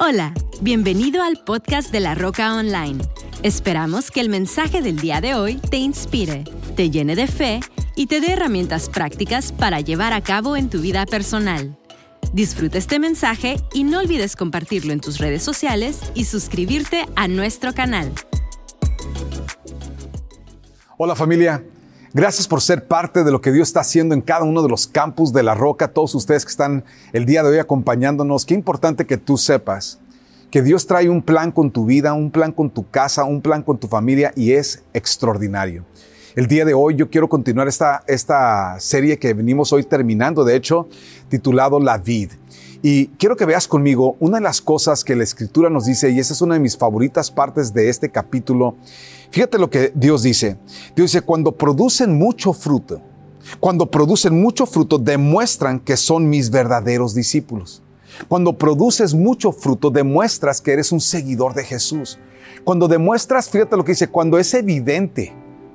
Hola, bienvenido al podcast de La Roca Online. Esperamos que el mensaje del día de hoy te inspire, te llene de fe y te dé herramientas prácticas para llevar a cabo en tu vida personal. Disfruta este mensaje y no olvides compartirlo en tus redes sociales y suscribirte a nuestro canal. Hola familia, gracias por ser parte de lo que Dios está haciendo en cada uno de los campus de La Roca. Todos ustedes que están el día de hoy acompañándonos, qué importante que tú sepas que Dios trae un plan con tu vida, un plan con tu casa, un plan con tu familia y es extraordinario. El día de hoy yo quiero continuar esta serie que venimos hoy terminando, de hecho, titulado La Vid. Y quiero que veas conmigo una de las cosas que la Escritura nos dice, y esa es una de mis favoritas partes de este capítulo. Fíjate lo que Dios dice. Dios dice, cuando producen mucho fruto, demuestran que son mis verdaderos discípulos. Cuando produces mucho fruto, demuestras que eres un seguidor de Jesús. Cuando demuestras, fíjate lo que dice, cuando es evidente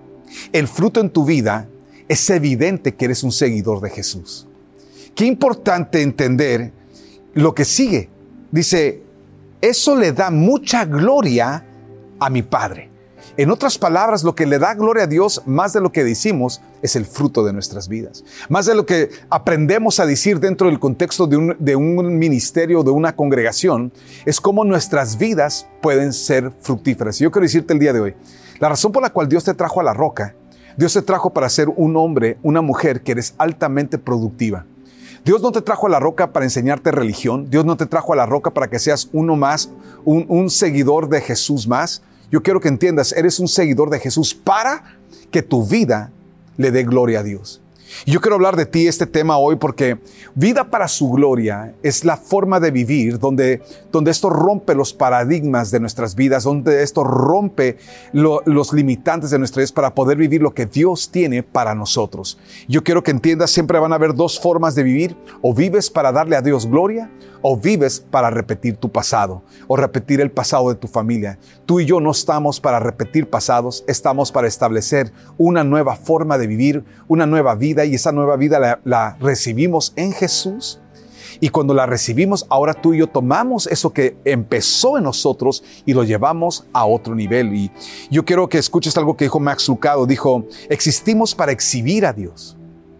el fruto en tu vida, es evidente que eres un seguidor de Jesús. Qué importante entender lo que sigue. Dice, eso le da mucha gloria a mi Padre. En otras palabras, lo que le da gloria a Dios, más de lo que decimos, es el fruto de nuestras vidas. Más de lo que aprendemos a decir dentro del contexto de un ministerio, de una congregación, es cómo nuestras vidas pueden ser fructíferas. Y yo quiero decirte el día de hoy, la razón por la cual Dios te trajo a La Roca, Dios te trajo para ser un hombre, una mujer que eres altamente productiva. Dios no te trajo a La Roca para enseñarte religión. Dios no te trajo a La Roca para que seas uno más, un seguidor de Jesús más. Yo quiero que entiendas, eres un seguidor de Jesús para que tu vida le dé gloria a Dios. Y yo quiero hablar de ti este tema hoy porque vida para su gloria es la forma de vivir donde esto rompe los paradigmas de nuestras vidas, donde esto rompe los limitantes de nuestras vidas para poder vivir lo que Dios tiene para nosotros. Yo quiero que entiendas, siempre van a haber dos formas de vivir. O vives para darle a Dios gloria o vives para repetir tu pasado o repetir el pasado de tu familia. Tú y yo no estamos para repetir pasados, estamos para establecer una nueva forma de vivir, una nueva vida, y esa nueva vida la recibimos en Jesús. Y cuando la recibimos, ahora tú y yo tomamos eso que empezó en nosotros y lo llevamos a otro nivel. Y yo quiero que escuches algo que dijo Max Lucado. Dijo, existimos para exhibir a Dios,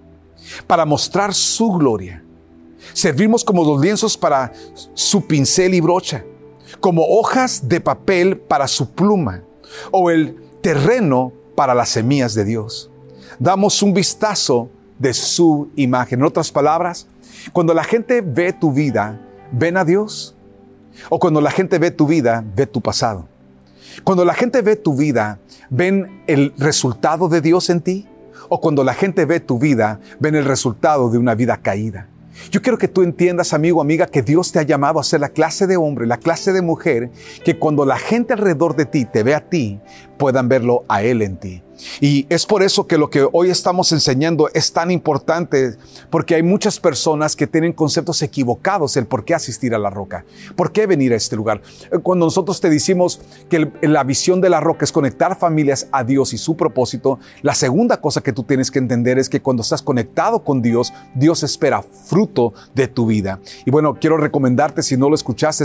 para mostrar su gloria. Servimos como los lienzos para su pincel y brocha, como hojas de papel para su pluma, o el terreno para las semillas de Dios. Damos un vistazo de su imagen. En otras palabras, cuando la gente ve tu vida, ¿ven a Dios? O cuando la gente ve tu vida, ve tu pasado. Cuando la gente ve tu vida, ¿ven el resultado de Dios en ti? O cuando la gente ve tu vida, ven el resultado de una vida caída. Yo quiero que tú entiendas, amigo, amiga, que Dios te ha llamado a ser la clase de hombre, la clase de mujer, que cuando la gente alrededor de ti te ve a ti, puedan verlo a Él en ti. Y es por eso que lo que hoy estamos enseñando es tan importante, porque hay muchas personas que tienen conceptos equivocados el por qué asistir a La Roca, por qué venir a este lugar. Cuando nosotros te decimos que la visión de La Roca es conectar familias a Dios y su propósito, la segunda cosa que tú tienes que entender es que cuando estás conectado con Dios, Dios espera fruto de tu vida. Y bueno, quiero recomendarte, si no lo escuchaste,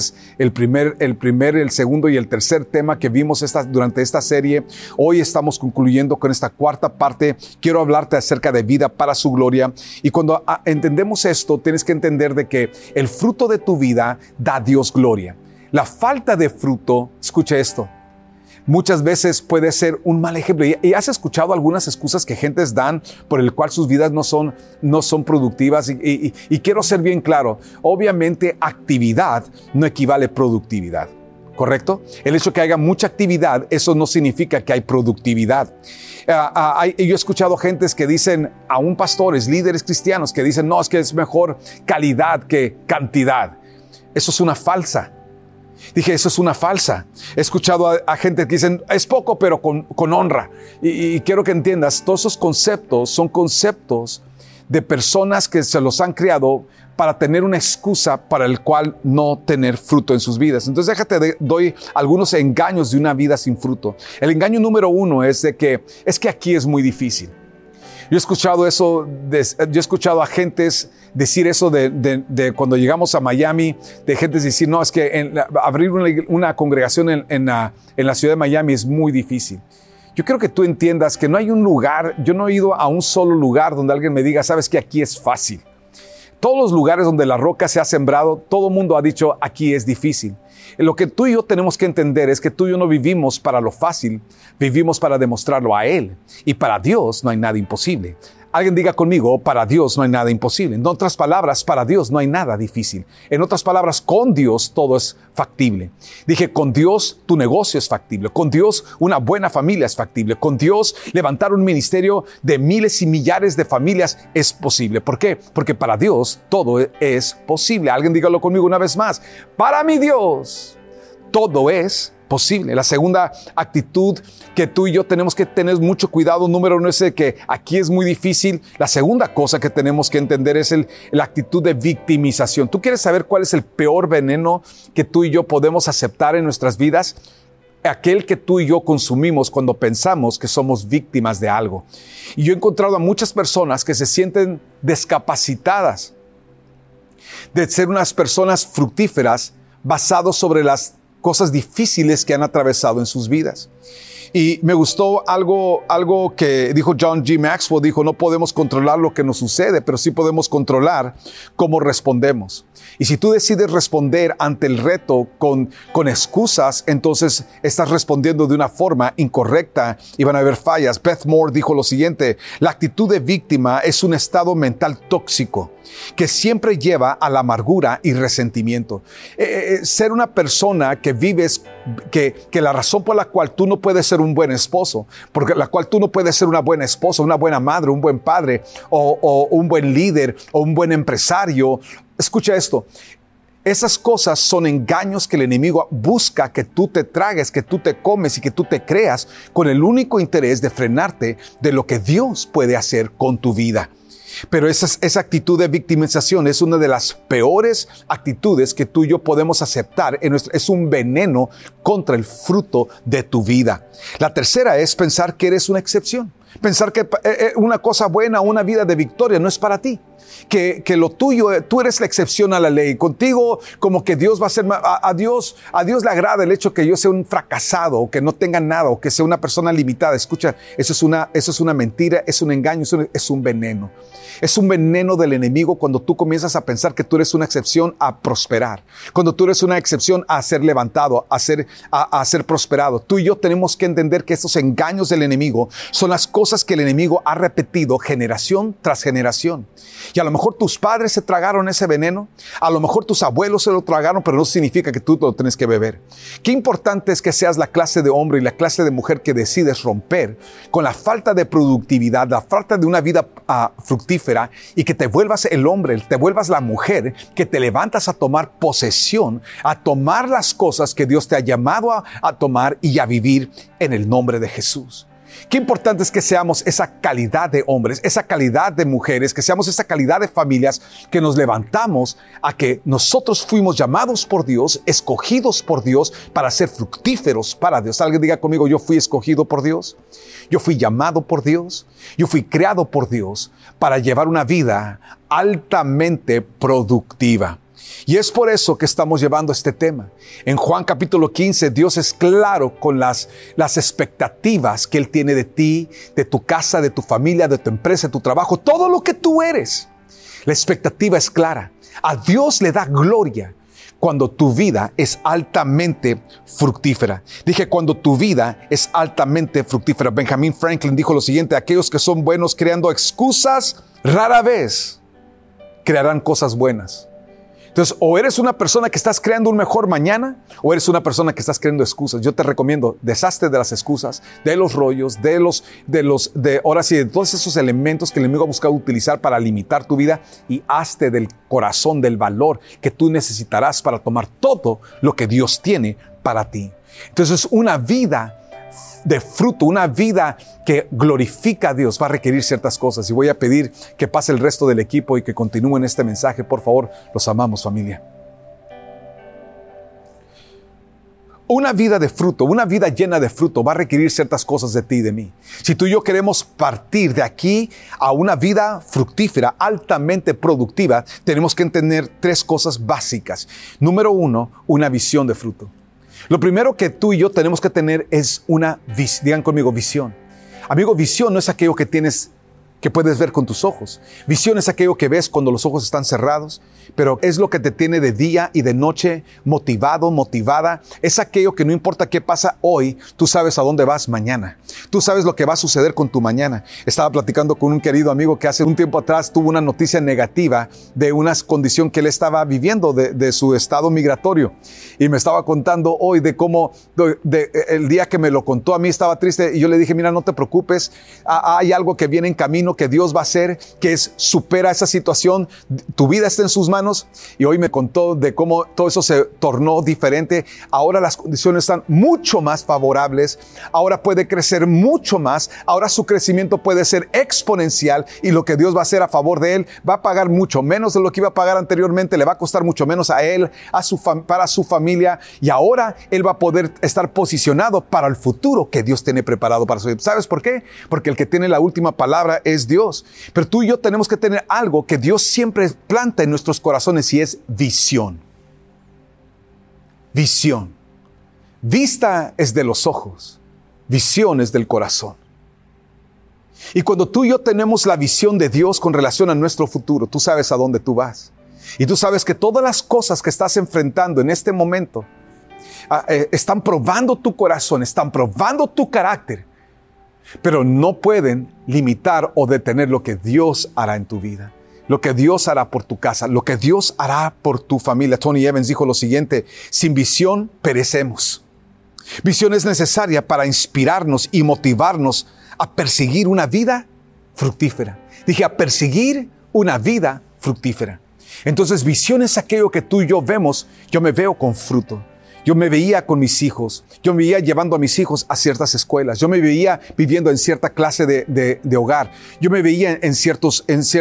el segundo y el tercer tema que vimos durante esta serie. Hoy estamos concluyendo con esta cuarta parte. Quiero hablarte acerca de vida para su gloria. Y cuando entendemos esto, tienes que entender de que el fruto de tu vida da a Dios gloria. La falta de fruto, escucha esto, muchas veces puede ser un mal ejemplo. Y has escuchado algunas excusas que gentes dan por el cual sus vidas no son productivas. Y quiero ser bien claro, obviamente actividad no equivale a productividad. ¿Correcto? El hecho que haya mucha actividad, eso no significa que hay productividad. Yo he escuchado gentes que dicen, aún pastores, líderes cristianos, que dicen, no, es que es mejor calidad que cantidad. Eso es una falsa. Eso es una falsa. He escuchado a gente que dicen, es poco, pero con honra. Y quiero que entiendas, todos esos conceptos son conceptos de personas que se los han creado para tener una excusa para el cual no tener fruto en sus vidas. Entonces doy algunos engaños de una vida sin fruto. El engaño número uno es que aquí es muy difícil. Yo he escuchado eso, yo he escuchado a gentes decir eso de cuando llegamos a Miami, de gente decir, no, es que abrir una congregación en la ciudad de Miami es muy difícil. Yo quiero que tú entiendas que no hay un lugar, yo no he ido a un solo lugar donde alguien me diga, sabes que aquí es fácil. Todos los lugares donde la roca se ha sembrado, todo el mundo ha dicho, aquí es difícil. Lo que tú y yo tenemos que entender es que tú y yo no vivimos para lo fácil, vivimos para demostrarlo a Él. Y para Dios no hay nada imposible. Alguien diga conmigo, para Dios no hay nada imposible. En otras palabras, para Dios no hay nada difícil. En otras palabras, con Dios todo es factible. Dije, con Dios tu negocio es factible. Con Dios una buena familia es factible. Con Dios levantar un ministerio de miles y millares de familias es posible. ¿Por qué? Porque para Dios todo es posible. Alguien dígalo conmigo una vez más. Para mi Dios todo es posible. La segunda actitud que tú y yo tenemos que tener mucho cuidado, número uno, es de que aquí es muy difícil. La segunda cosa que tenemos que entender es la actitud de victimización. ¿Tú quieres saber cuál es el peor veneno que tú y yo podemos aceptar en nuestras vidas? Aquel que tú y yo consumimos cuando pensamos que somos víctimas de algo. Y yo he encontrado a muchas personas que se sienten descapacitadas de ser unas personas fructíferas basados sobre las cosas difíciles que han atravesado en sus vidas. Y me gustó algo que dijo John G. Maxwell. Dijo, no podemos controlar lo que nos sucede, pero sí podemos controlar cómo respondemos. Y si tú decides responder ante el reto con excusas, entonces estás respondiendo de una forma incorrecta y van a haber fallas. Beth Moore dijo lo siguiente: la actitud de víctima es un estado mental tóxico que siempre lleva a la amargura y resentimiento. Ser una persona que vives, que la razón por la cual tú no puedes ser un buen esposo, porque la cual tú no puedes ser una buena esposa, una buena madre, un buen padre, o un buen líder, o un buen empresario. Escucha esto. Esas cosas son engaños que el enemigo busca que tú te tragues, que tú te comes y que tú te creas, con el único interés de frenarte de lo que Dios puede hacer con tu vida. Pero esa actitud de victimización es una de las peores actitudes que tú y yo podemos aceptar. Es un veneno contra el fruto de tu vida. La tercera es pensar que eres una excepción. Pensar que una cosa buena, una vida de victoria no es para ti. Que lo tuyo, tú eres la excepción a la ley. Contigo, como que Dios va a ser, a Dios le agrada el hecho que yo sea un fracasado, o que no tenga nada, o que sea una persona limitada. Escucha, eso es una mentira, es un engaño, es un veneno. Es un veneno del enemigo cuando tú comienzas a pensar que tú eres una excepción a prosperar. Cuando tú eres una excepción a ser levantado, a ser prosperado. Tú y yo tenemos que entender que estos engaños del enemigo son las cosas que el enemigo ha repetido generación tras generación. Y a lo mejor tus padres se tragaron ese veneno, a lo mejor tus abuelos se lo tragaron, pero no significa que tú lo tienes que beber. Qué importante es que seas la clase de hombre y la clase de mujer que decides romper con la falta de productividad, la falta de una vida fructífera, y que te vuelvas el hombre, te vuelvas la mujer, que te levantas a tomar posesión, a tomar las cosas que Dios te ha llamado a tomar y a vivir en el nombre de Jesús. Qué importante es que seamos esa calidad de hombres, esa calidad de mujeres, que seamos esa calidad de familias, que nos levantamos a que nosotros fuimos llamados por Dios, escogidos por Dios para ser fructíferos para Dios. Alguien diga conmigo, yo fui escogido por Dios, yo fui llamado por Dios, yo fui creado por Dios para llevar una vida altamente productiva. Y es por eso que estamos llevando este tema. En Juan capítulo 15, Dios es claro con las expectativas que Él tiene de ti, de tu casa, de tu familia, de tu empresa, de tu trabajo, todo lo que tú eres. La expectativa es clara. A Dios le da gloria cuando tu vida es altamente fructífera. Dije, cuando tu vida es altamente fructífera. Benjamin Franklin dijo lo siguiente: aquellos que son buenos creando excusas, rara vez crearán cosas buenas. Entonces, o eres una persona que estás creando un mejor mañana, o eres una persona que estás creando excusas. Yo te recomiendo, deshazte de las excusas, de los rollos, de ahora sí, de todos esos elementos que el enemigo ha buscado utilizar para limitar tu vida, y hazte del corazón, del valor que tú necesitarás para tomar todo lo que Dios tiene para ti. Entonces, una vida de fruto, una vida que glorifica a Dios, va a requerir ciertas cosas. Y voy a pedir que pase el resto del equipo y que continúen este mensaje. Por favor, los amamos, familia. Una vida de fruto, una vida llena de fruto va a requerir ciertas cosas de ti y de mí. Si tú y yo queremos partir de aquí a una vida fructífera, altamente productiva, tenemos que tener 3 cosas básicas. Número 1, una visión de fruto. Lo primero que tú y yo tenemos que tener es digan conmigo, visión. Amigo, visión no es aquello que puedes ver con tus ojos. Visión es aquello que ves cuando los ojos están cerrados, pero es lo que te tiene de día y de noche motivado, motivada. Es aquello que no importa qué pasa hoy, tú sabes a dónde vas mañana. Tú sabes lo que va a suceder con tu mañana. Estaba platicando con un querido amigo que hace un tiempo atrás tuvo una noticia negativa de una condición que él estaba viviendo de su estado migratorio. Y me estaba contando hoy de cómo el día que me lo contó a mí estaba triste y yo le dije, mira, no te preocupes, hay algo que viene en camino que Dios va a hacer, que es supera esa situación, tu vida está en sus manos. Y hoy me contó de cómo todo eso se tornó diferente. Ahora las condiciones están mucho más favorables, ahora puede crecer mucho más, ahora su crecimiento puede ser exponencial y lo que Dios va a hacer a favor de él va a pagar mucho menos de lo que iba a pagar anteriormente, le va a costar mucho menos a él, para su familia, y ahora él va a poder estar posicionado para el futuro que Dios tiene preparado para su vida. ¿Sabes por qué? Porque el que tiene la última palabra es Dios. Pero tú y yo tenemos que tener algo que Dios siempre planta en nuestros corazones y es visión. Visión. Vista es de los ojos, visión es del corazón. Y cuando tú y yo tenemos la visión de Dios con relación a nuestro futuro, tú sabes a dónde tú vas. Y tú sabes que todas las cosas que estás enfrentando en este momento están probando tu corazón, están probando tu carácter, pero no pueden limitar o detener lo que Dios hará en tu vida, lo que Dios hará por tu casa, lo que Dios hará por tu familia. Tony Evans dijo lo siguiente: sin visión perecemos. Visión es necesaria para inspirarnos y motivarnos a perseguir una vida fructífera. Dije, a perseguir una vida fructífera. Entonces, visión es aquello que tú y yo vemos. Yo me veo con fruto. Yo me veía con mis hijos. Yo me veía llevando a mis hijos a ciertas escuelas. Yo me veía viviendo en cierta clase de hogar. Yo me veía en ciertos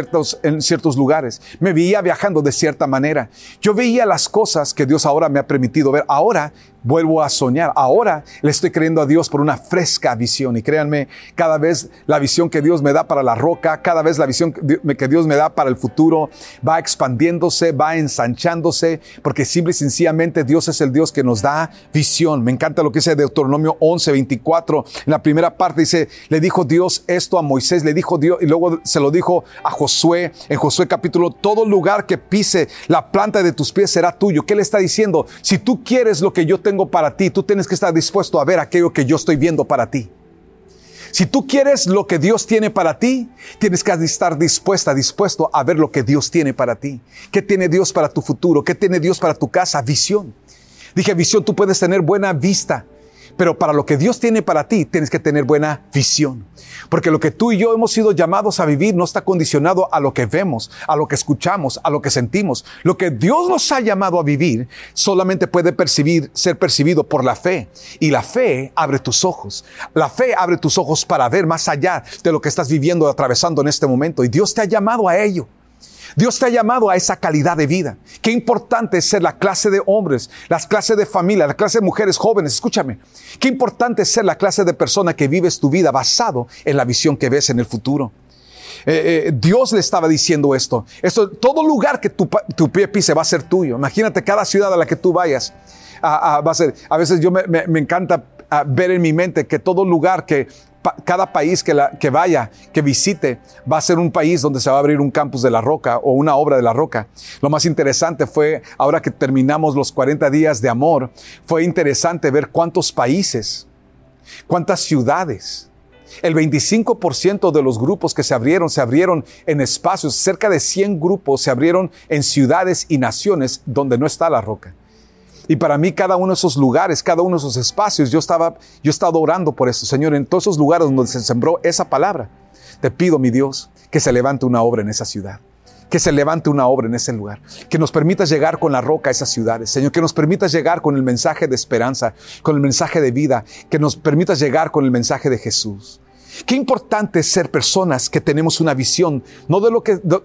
lugares. Me veía viajando de cierta manera. Yo veía las cosas que Dios ahora me ha permitido ver. Ahora vuelvo a soñar. Ahora le estoy creyendo a Dios por una fresca visión. Y créanme, cada vez la visión que Dios me da para la roca, cada vez la visión que Dios me da para el futuro va expandiéndose, va ensanchándose, porque simple y sencillamente Dios es el Dios que nos da visión. Me encanta lo que dice Deuteronomio 11:24. En la primera parte dice, le dijo Dios esto a Moisés, le dijo Dios, y luego se lo dijo a Josué, en Josué capítulo, todo lugar que pise la planta de tus pies será tuyo. ¿Qué le está diciendo? Si tú quieres lo que yo tengo para ti, tú tienes que estar dispuesto a ver aquello que yo estoy viendo para ti. Si tú quieres lo que Dios tiene para ti, tienes que estar dispuesto a ver lo que Dios tiene para ti. ¿Qué tiene Dios para tu futuro? ¿Qué tiene Dios para tu casa? Visión. Dije visión, tú puedes tener buena vista, pero para lo que Dios tiene para ti, tienes que tener buena visión. Porque lo que tú y yo hemos sido llamados a vivir no está condicionado a lo que vemos, a lo que escuchamos, a lo que sentimos. Lo que Dios nos ha llamado a vivir solamente puede ser percibido por la fe. Y la fe abre tus ojos. La fe abre tus ojos para ver más allá de lo que estás viviendo, atravesando en este momento. Y Dios te ha llamado a ello. Dios te ha llamado a esa calidad de vida. Qué importante es ser la clase de hombres, las clases de familia, la clase de mujeres jóvenes. Escúchame. Qué importante es ser la clase de persona que vives tu vida basado en la visión que ves en el futuro. Dios le estaba diciendo esto. Todo lugar que tu pie pise va a ser tuyo. Imagínate cada ciudad a la que tú vayas. Va a ser. A veces yo me encanta ver en mi mente que todo lugar cada país que vaya, que visite, va a ser un país donde se va a abrir un campus de La Roca o una obra de La Roca. Lo más interesante fue, ahora que terminamos los 40 días de amor, fue interesante ver cuántos países, cuántas ciudades. El 25% de los grupos que se abrieron en espacios, cerca de 100 grupos se abrieron en ciudades y naciones donde no está La Roca. Y para mí cada uno de esos lugares, cada uno de esos espacios, yo he estado orando por eso. Señor, en todos esos lugares donde se sembró esa palabra, te pido, mi Dios, que se levante una obra en esa ciudad. Que se levante una obra en ese lugar. Que nos permitas llegar con La Roca a esas ciudades. Señor, que nos permitas llegar con el mensaje de esperanza, con el mensaje de vida. Que nos permitas llegar con el mensaje de Jesús. Qué importante es ser personas que tenemos una visión, no de lo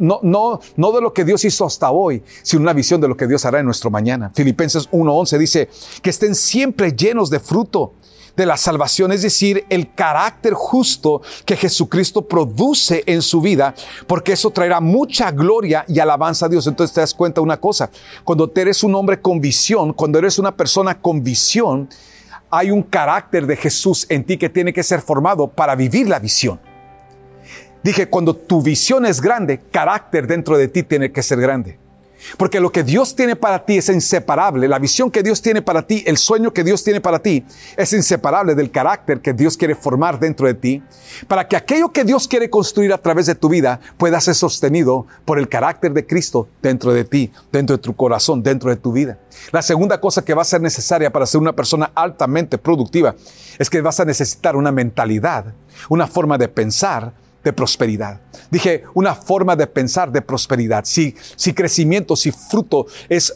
que Dios hizo hasta hoy, sino una visión de lo que Dios hará en nuestro mañana. Filipenses 1:11 dice que estén siempre llenos de fruto de la salvación, es decir, el carácter justo que Jesucristo produce en su vida, porque eso traerá mucha gloria y alabanza a Dios. Entonces te das cuenta una cosa, cuando tú eres un hombre con visión, cuando eres una persona con visión, hay un carácter de Jesús en ti que tiene que ser formado para vivir la visión. Dije, cuando tu visión es grande, carácter dentro de ti tiene que ser grande. Porque lo que Dios tiene para ti es inseparable. La visión que Dios tiene para ti, el sueño que Dios tiene para ti, es inseparable del carácter que Dios quiere formar dentro de ti, para que aquello que Dios quiere construir a través de tu vida pueda ser sostenido por el carácter de Cristo dentro de ti, dentro de tu corazón, dentro de tu vida. La segunda cosa que va a ser necesaria para ser una persona altamente productiva es que vas a necesitar una mentalidad, una forma de pensar de prosperidad. Dije, una forma de pensar de prosperidad. Si crecimiento, si fruto es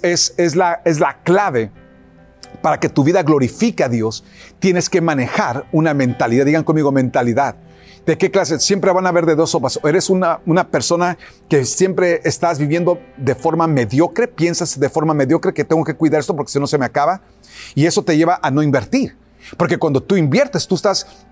la clave para que tu vida glorifique a Dios, tienes que manejar una mentalidad. Digan conmigo, mentalidad. ¿De qué clase? Siempre van a haber de dos sopas. O eres una persona que siempre estás viviendo de forma mediocre, piensas de forma mediocre que tengo que cuidar esto porque si no se me acaba, y eso te lleva a no invertir. Porque cuando tú inviertes, tú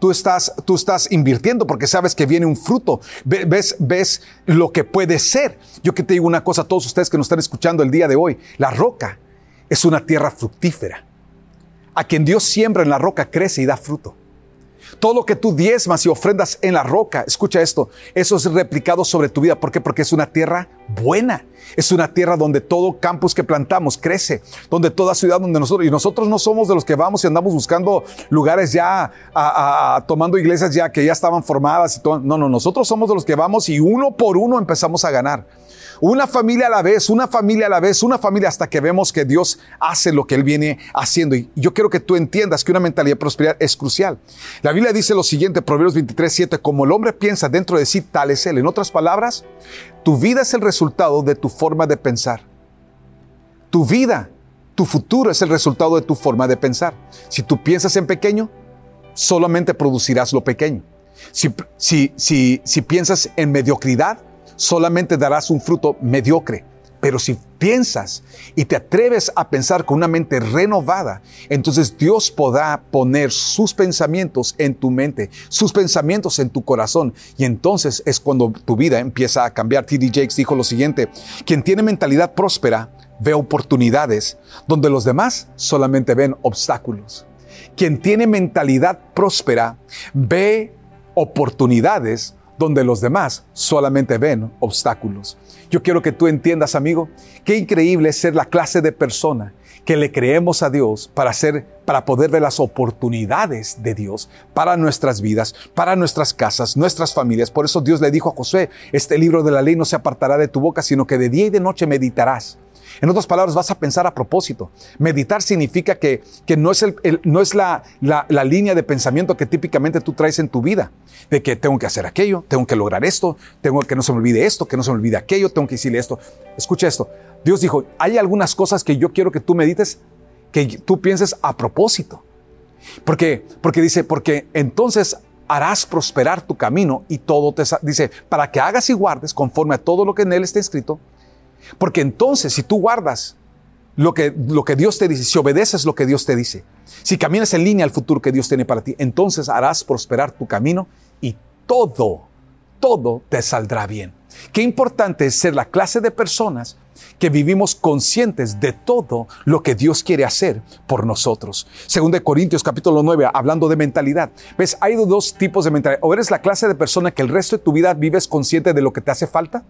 estás invirtiendo porque sabes que viene un fruto. Ves lo que puede ser. Yo que te digo una cosa a todos ustedes que nos están escuchando el día de hoy. La roca es una tierra fructífera. A quien Dios siembra en la roca crece y da fruto. Todo lo que tú diezmas y ofrendas en la roca, escucha esto, eso es replicado sobre tu vida. ¿Por qué? Porque es una tierra buena. Es una tierra donde todo campus que plantamos crece, donde toda ciudad donde nosotros no somos de los que vamos y andamos buscando lugares ya, tomando iglesias ya que ya estaban formadas y todo. No, nosotros somos de los que vamos y uno por uno empezamos a ganar. Una familia a la vez, una familia a la vez, una familia hasta que vemos que Dios hace lo que Él viene haciendo. Y yo quiero que tú entiendas que una mentalidad de prosperidad es crucial. La Biblia dice lo siguiente, Proverbios 23:7, como el hombre piensa dentro de sí, tal es él. En otras palabras, tu vida es el resultado de tu forma de pensar. Tu vida, tu futuro es el resultado de tu forma de pensar. Si tú piensas en pequeño, solamente producirás lo pequeño. Si piensas en mediocridad, solamente darás un fruto mediocre. Pero si piensas y te atreves a pensar con una mente renovada, entonces Dios podrá poner sus pensamientos en tu mente, sus pensamientos en tu corazón. Y entonces es cuando tu vida empieza a cambiar. T.D. Jakes dijo lo siguiente, quien tiene mentalidad próspera ve oportunidades donde los demás solamente ven obstáculos. Quien tiene mentalidad próspera ve oportunidades donde los demás solamente ven obstáculos. Yo quiero que tú entiendas, amigo, qué increíble es ser la clase de persona que le creemos a Dios para poder ver las oportunidades de Dios para nuestras vidas, para nuestras casas, nuestras familias. Por eso Dios le dijo a Josué, este libro de la ley no se apartará de tu boca, sino que de día y de noche meditarás. En otras palabras, vas a pensar a propósito. Meditar significa que no es la línea de pensamiento que típicamente tú traes en tu vida. De que tengo que hacer aquello, tengo que lograr esto, tengo que no se me olvide esto, que no se me olvide aquello, tengo que decirle esto. Escucha esto. Dios dijo, hay algunas cosas que yo quiero que tú medites, que tú pienses a propósito. Porque entonces harás prosperar tu camino y todo dice, para que hagas y guardes conforme a todo lo que en él está escrito. Porque entonces, si tú guardas lo que Dios te dice, si obedeces lo que Dios te dice, si caminas en línea al futuro que Dios tiene para ti, entonces harás prosperar tu camino y todo te saldrá bien. Qué importante es ser la clase de personas que vivimos conscientes de todo lo que Dios quiere hacer por nosotros. 2 Corintios capítulo 9, hablando de mentalidad. ¿Ves? Hay dos tipos de mentalidad. O eres la clase de persona que el resto de tu vida vives consciente de lo que te hace falta,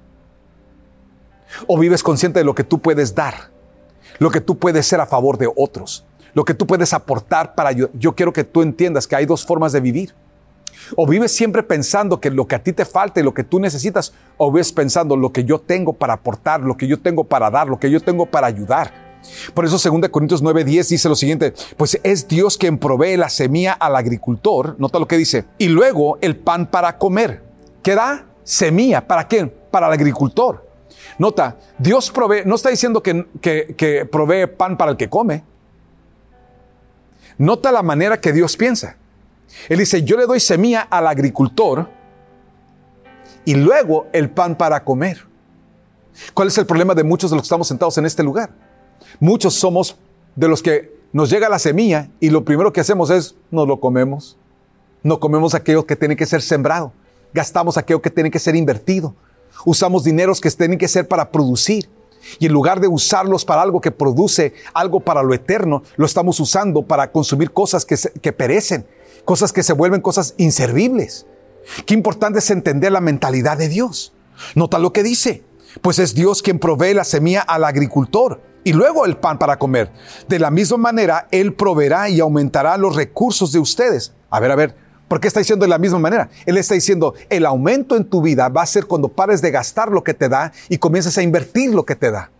o vives consciente de lo que tú puedes dar, lo que tú puedes ser a favor de otros, lo que tú puedes aportar para ayudar. Yo quiero que tú entiendas que hay dos formas de vivir. O vives siempre pensando que lo que a ti te falta y lo que tú necesitas, o vives pensando lo que yo tengo para aportar, lo que yo tengo para dar, lo que yo tengo para ayudar. Por eso 2 Corintios 9:10 dice lo siguiente, pues es Dios quien provee la semilla al agricultor, nota lo que dice, y luego el pan para comer. ¿Qué da? Semilla. ¿Para quién? Para el agricultor. Nota, Dios provee, no está diciendo que provee pan para el que come. Nota la manera que Dios piensa. Él dice, yo le doy semilla al agricultor y luego el pan para comer. ¿Cuál es el problema de muchos de los que estamos sentados en este lugar? Muchos somos de los que nos llega la semilla y lo primero que hacemos es, nos lo comemos. No comemos aquello que tiene que ser sembrado. Gastamos aquello que tiene que ser invertido. Usamos dineros que tienen que ser para producir. Y en lugar de usarlos para algo que produce algo para lo eterno, lo estamos usando para consumir cosas que perecen, cosas que se vuelven cosas inservibles. Qué importante es entender la mentalidad de Dios. Nota lo que dice. Pues es Dios quien provee la semilla al agricultor y luego el pan para comer. De la misma manera, Él proveerá y aumentará los recursos de ustedes. A ver, ¿por qué está diciendo de la misma manera? Él está diciendo, el aumento en tu vida va a ser cuando pares de gastar lo que te da y comiences a invertir lo que te da.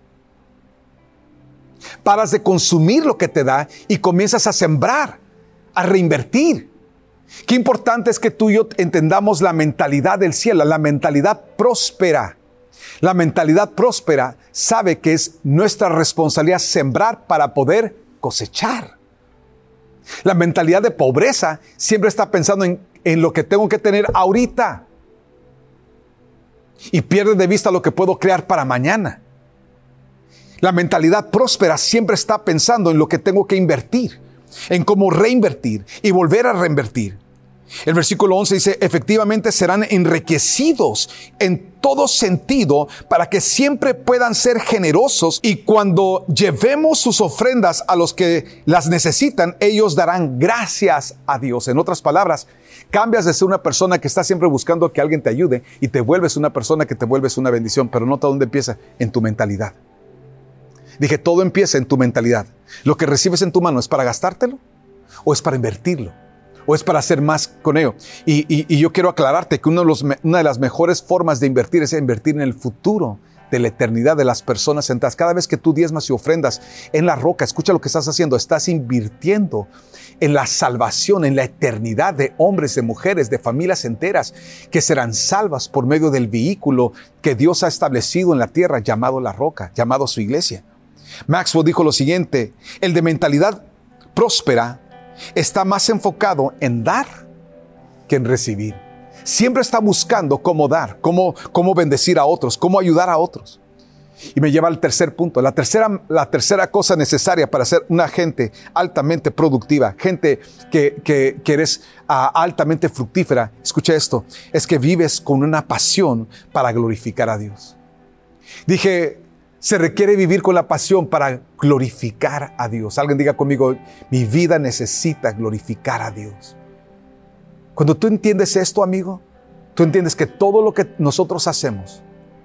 Paras de consumir lo que te da y comienzas a sembrar, a reinvertir. Qué importante es que tú y yo entendamos la mentalidad del cielo, la mentalidad próspera. La mentalidad próspera sabe que es nuestra responsabilidad sembrar para poder cosechar. La mentalidad de pobreza siempre está pensando en lo que tengo que tener ahorita y pierde de vista lo que puedo crear para mañana. La mentalidad próspera siempre está pensando en lo que tengo que invertir, en cómo reinvertir y volver a reinvertir. El versículo 11 dice, efectivamente serán enriquecidos en todo sentido para que siempre puedan ser generosos y cuando llevemos sus ofrendas a los que las necesitan, ellos darán gracias a Dios. En otras palabras, cambias de ser una persona que está siempre buscando que alguien te ayude y te vuelves una persona que te vuelves una bendición, pero nota dónde empieza, en tu mentalidad. Dije, todo empieza en tu mentalidad. Lo que recibes en tu mano, ¿es para gastártelo o es para invertirlo? ¿O es para hacer más con ello? Y yo quiero aclararte que una de las mejores formas de invertir es invertir en el futuro de la eternidad de las personas sentadas. Cada vez que tú diezmas y ofrendas en la roca, escucha lo que estás haciendo. Estás invirtiendo en la salvación, en la eternidad de hombres, de mujeres, de familias enteras que serán salvas por medio del vehículo que Dios ha establecido en la tierra llamado la roca, llamado su iglesia. Maxwell dijo lo siguiente, el de mentalidad próspera está más enfocado en dar que en recibir. Siempre está buscando cómo dar, cómo bendecir a otros, cómo ayudar a otros. Y me lleva al tercer punto. La tercera cosa necesaria para ser una gente altamente productiva, gente que eres altamente fructífera, escucha esto, es que vives con una pasión para glorificar a Dios. Dije, se requiere vivir con la pasión para glorificar a Dios. Alguien diga conmigo, mi vida necesita glorificar a Dios. Cuando tú entiendes esto, amigo, tú entiendes que todo lo que nosotros hacemos,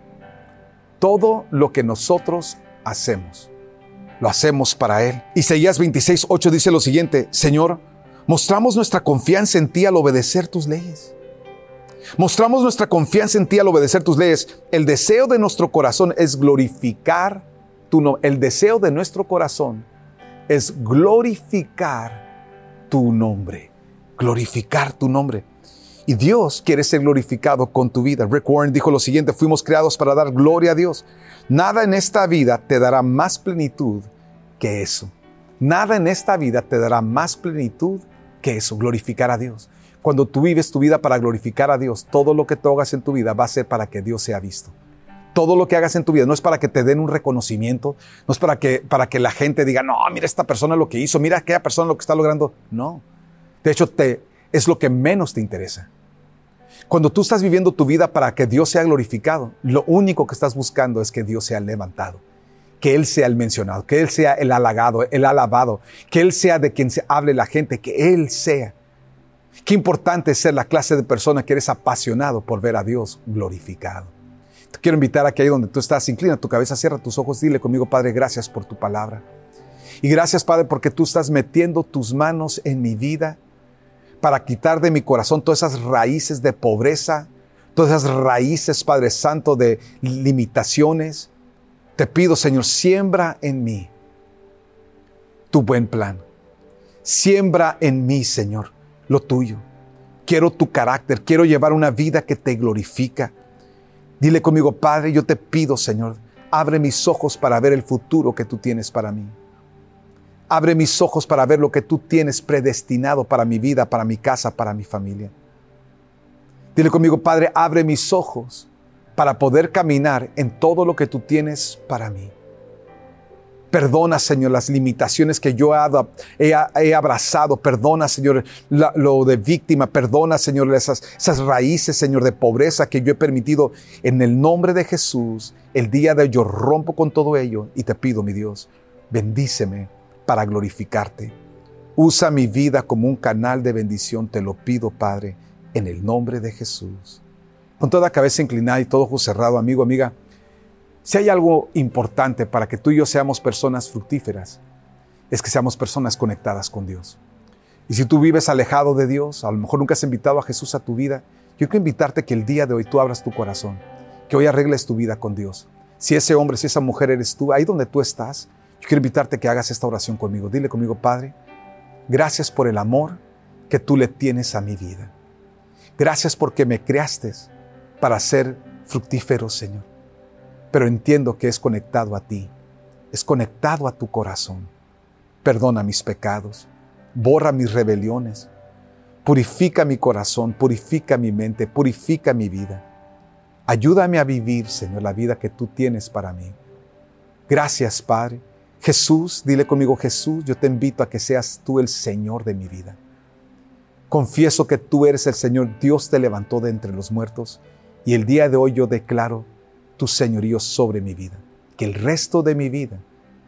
lo hacemos para Él. Isaías 26:8 dice lo siguiente, Señor, mostramos nuestra confianza en ti al obedecer tus leyes. Mostramos nuestra confianza en ti al obedecer tus leyes. El deseo de nuestro corazón es glorificar tu nombre. El deseo de nuestro corazón es glorificar tu nombre. Glorificar tu nombre. Y Dios quiere ser glorificado con tu vida. Rick Warren dijo lo siguiente, fuimos creados para dar gloria a Dios. Nada en esta vida te dará más plenitud que eso. Nada en esta vida te dará más plenitud que eso, glorificar a Dios. Cuando tú vives tu vida para glorificar a Dios, todo lo que tú hagas en tu vida va a ser para que Dios sea visto. Todo lo que hagas en tu vida no es para que te den un reconocimiento, no es para que la gente diga, no, mira esta persona lo que hizo, mira aquella persona lo que está logrando. No. De hecho, es lo que menos te interesa. Cuando tú estás viviendo tu vida para que Dios sea glorificado, lo único que estás buscando es que Dios sea levantado, que Él sea el mencionado, que Él sea el halagado, el alabado, que Él sea de quien se hable la gente, que Él sea. Qué importante es ser la clase de persona que eres apasionado por ver a Dios glorificado. Te quiero invitar a que ahí donde tú estás, inclina tu cabeza, cierra tus ojos, dile conmigo, Padre, gracias por tu palabra. Y gracias, Padre, porque tú estás metiendo tus manos en mi vida para quitar de mi corazón todas esas raíces de pobreza, todas esas raíces, Padre Santo, de limitaciones. Te pido, Señor, siembra en mí tu buen plan. Siembra en mí, Señor, lo tuyo. Quiero tu carácter, quiero llevar una vida que te glorifica. Dile conmigo, Padre, yo te pido, Señor, abre mis ojos para ver el futuro que tú tienes para mí. Abre mis ojos para ver lo que tú tienes predestinado para mi vida, para mi casa, para mi familia. Dile conmigo, Padre, abre mis ojos para poder caminar en todo lo que tú tienes para mí. Perdona, Señor, las limitaciones que yo he abrazado. Perdona, Señor, lo de víctima. Perdona, Señor, esas raíces, Señor, de pobreza que yo he permitido. En el nombre de Jesús, el día de hoy yo rompo con todo ello y te pido, mi Dios, bendíceme para glorificarte. Usa mi vida como un canal de bendición. Te lo pido, Padre, en el nombre de Jesús. Con toda cabeza inclinada y todo ojo cerrado, amigo, amiga, si hay algo importante para que tú y yo seamos personas fructíferas, es que seamos personas conectadas con Dios. Y si tú vives alejado de Dios, a lo mejor nunca has invitado a Jesús a tu vida, yo quiero invitarte que el día de hoy tú abras tu corazón, que hoy arregles tu vida con Dios. Si ese hombre, si esa mujer eres tú, ahí donde tú estás, yo quiero invitarte que hagas esta oración conmigo. Dile conmigo, Padre, gracias por el amor que tú le tienes a mi vida. Gracias porque me creaste para ser fructífero, Señor. Pero entiendo que es conectado a ti, es conectado a tu corazón. Perdona mis pecados, borra mis rebeliones, purifica mi corazón, purifica mi mente, purifica mi vida. Ayúdame a vivir, Señor, la vida que tú tienes para mí. Gracias, Padre. Jesús, dile conmigo, Jesús, yo te invito a que seas tú el Señor de mi vida. Confieso que tú eres el Señor, Dios te levantó de entre los muertos y el día de hoy yo declaro tu señorío sobre mi vida. Que el resto de mi vida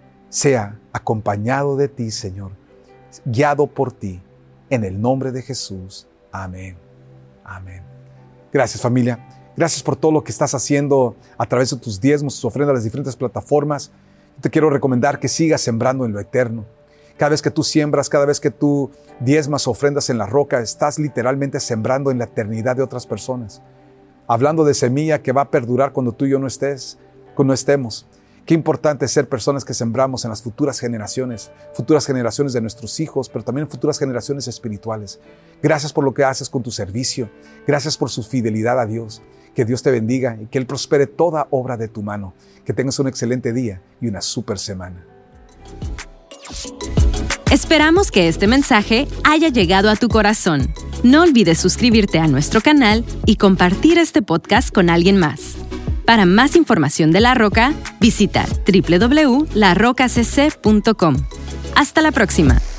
sea acompañado de ti, Señor, guiado por ti, en el nombre de Jesús. Amén. Amén. Gracias, familia. Gracias por todo lo que estás haciendo a través de tus diezmos, tus ofrendas, las diferentes plataformas. Te quiero recomendar que sigas sembrando en lo eterno. Cada vez que tú siembras, cada vez que tú diezmas, ofrendas en la roca, estás literalmente sembrando en la eternidad de otras personas. Hablando de semilla que va a perdurar cuando tú y yo no estemos. Qué importante es ser personas que sembramos en las futuras generaciones de nuestros hijos, pero también en futuras generaciones espirituales. Gracias por lo que haces con tu servicio. Gracias por su fidelidad a Dios. Que Dios te bendiga y que Él prospere toda obra de tu mano. Que tengas un excelente día y una súper semana. Esperamos que este mensaje haya llegado a tu corazón. No olvides suscribirte a nuestro canal y compartir este podcast con alguien más. Para más información de La Roca, visita www.larrocacc.com. Hasta la próxima.